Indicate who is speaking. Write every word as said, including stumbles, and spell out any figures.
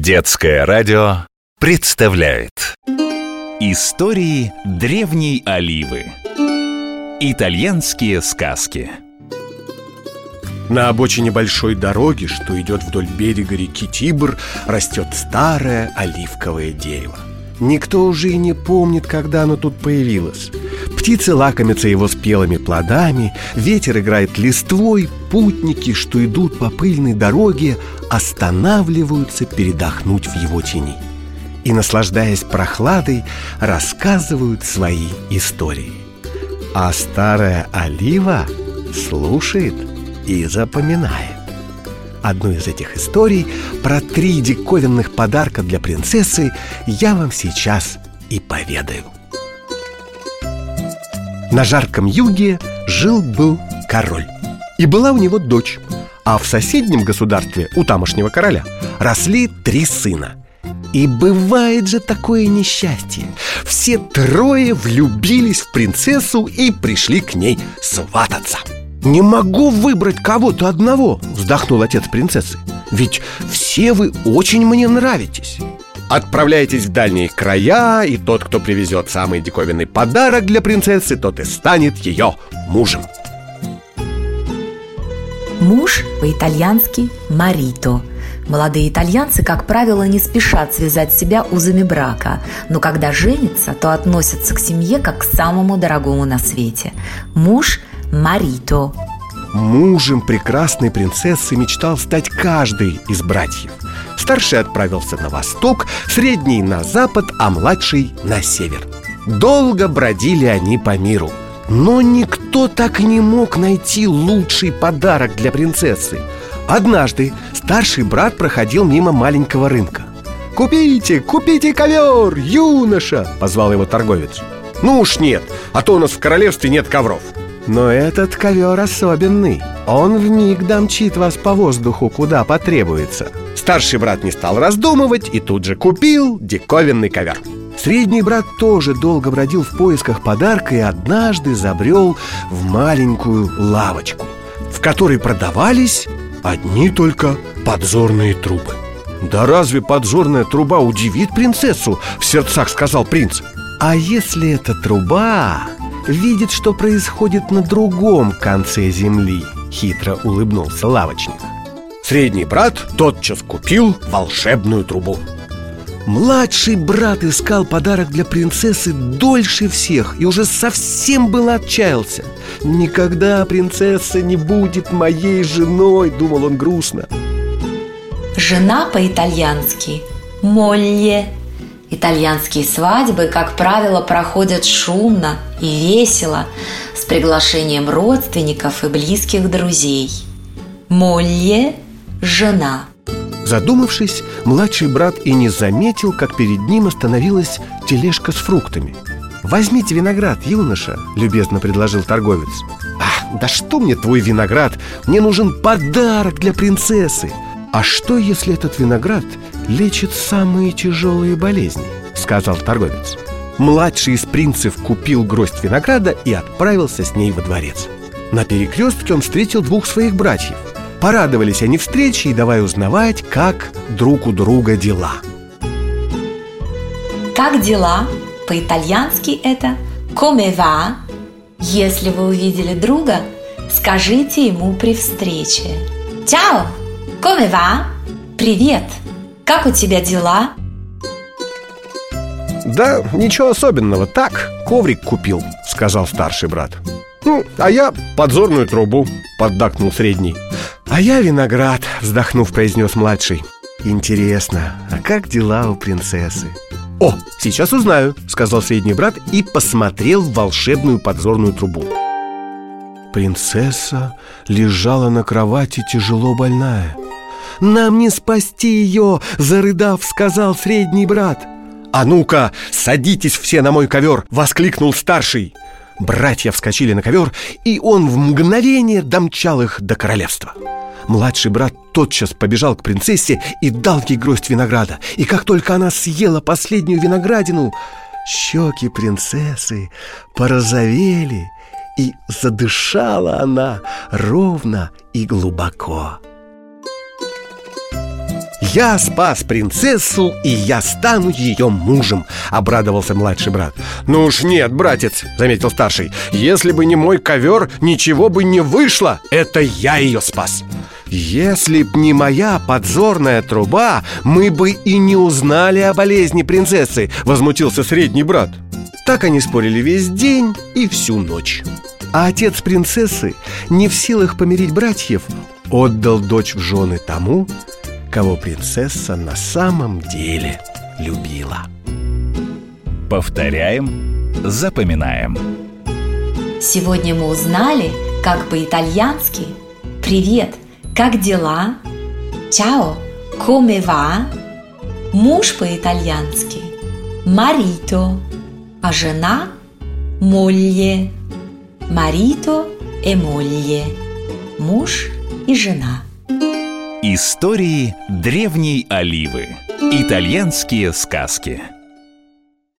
Speaker 1: Детское радио представляет Истории древней оливы. Итальянские сказки.
Speaker 2: На обочине большой дороги, что идет вдоль берега реки Тибр, растет старое оливковое дерево. Никто уже и не помнит, когда оно тут появилось. Птицы лакомятся его спелыми плодами, ветер играет листвой, путники, что идут по пыльной дороге, останавливаются передохнуть в его тени и, наслаждаясь прохладой, рассказывают свои истории. А старая олива слушает и запоминает. Одну из этих историй про три диковинных подарка для принцессы я вам сейчас и поведаю. На жарком юге жил-был король, и была у него дочь, а в соседнем государстве у тамошнего короля росли три сына. И бывает же такое несчастье. Все трое влюбились в принцессу и пришли к ней свататься. «Не могу выбрать кого-то одного», — вздохнул отец принцессы. «Ведь все вы очень мне нравитесь. Отправляйтесь в дальние края, и тот, кто привезет самый диковинный подарок для принцессы, тот и станет ее мужем».
Speaker 3: Муж по-итальянски «марито». Молодые итальянцы, как правило, не спешат связать себя узами брака, но когда женятся, то относятся к семье как к самому дорогому на свете. Муж – «марито».
Speaker 2: Мужем прекрасной принцессы мечтал стать каждый из братьев. Старший отправился на восток, средний – на запад, а младший – на север. Долго бродили они по миру, но никто так и не мог найти лучший подарок для принцессы. Однажды старший брат проходил мимо маленького рынка. «Купите, купите ковер, юноша!» – позвал его торговец. «Ну уж нет, а то у нас в королевстве нет ковров». «Но этот ковер особенный. Он вмиг домчит вас по воздуху, куда потребуется». Старший брат не стал раздумывать и тут же купил диковинный ковер. Средний брат тоже долго бродил в поисках подарка и однажды забрел в маленькую лавочку, в которой продавались одни только подзорные трубы. «Да разве подзорная труба удивит принцессу?» — в сердцах сказал принц. «А если эта труба видит, что происходит на другом конце земли?» — хитро улыбнулся лавочник. Средний брат тотчас купил волшебную трубу. Младший брат искал подарок для принцессы дольше всех и уже совсем было отчаялся. «Никогда принцесса не будет моей женой», — думал он грустно.
Speaker 3: Жена по-итальянски «молле». Итальянские свадьбы, как правило, проходят шумно и весело, с приглашением родственников и близких друзей. «Молле» – жена.
Speaker 2: Задумавшись, младший брат и не заметил, как перед ним остановилась тележка с фруктами. «Возьмите виноград, юноша», – любезно предложил торговец. «Ах, да что мне твой виноград? Мне нужен подарок для принцессы». «А что, если этот виноград лечит самые тяжелые болезни?» — сказал торговец. Младший из принцев купил гроздь винограда и отправился с ней во дворец. На перекрестке он встретил двух своих братьев. Порадовались они встрече и давай узнавать, как друг у друга дела.
Speaker 3: Как дела? По-итальянски это «come va». Если вы увидели друга, скажите ему при встрече «Ciao! Come va?» Привет! Как у тебя дела?
Speaker 2: «Да ничего особенного, так, коврик купил», — сказал старший брат. «Ну, а я подзорную трубу», — поддакнул средний. «А я виноград», — вздохнув, произнес младший. «Интересно, а как дела у принцессы?» «О, сейчас узнаю», — сказал средний брат и посмотрел в волшебную подзорную трубу. Принцесса лежала на кровати тяжело больная. «Нам не спасти ее!» — зарыдав, сказал средний брат. «А ну-ка, садитесь все на мой ковер!» — воскликнул старший. Братья вскочили на ковер, и он в мгновение домчал их до королевства. Младший брат тотчас побежал к принцессе и дал ей гроздь винограда. И как только она съела последнюю виноградину, щеки принцессы порозовели, и задышала она ровно и глубоко. Я спас принцессу, и я стану ее мужем, обрадовался младший брат. Ну уж нет, братец, заметил старший. Если бы не мой ковер, ничего бы не вышло. Это я ее спас. Если б не моя подзорная труба, мы бы и не узнали о болезни принцессы, возмутился средний брат. Так они спорили весь день и всю ночь. А отец принцессы, не в силах помирить братьев, отдал дочь в жены тому, кого принцесса на самом деле любила.
Speaker 1: Повторяем, запоминаем.
Speaker 3: Сегодня мы узнали, как по-итальянски «Привет, как дела?» «Ciao, come va?» Муж по-итальянски «Marito», а жена «Moglie». «Marito e moglie» – муж и жена.
Speaker 1: Истории древней Оливы. Итальянские сказки.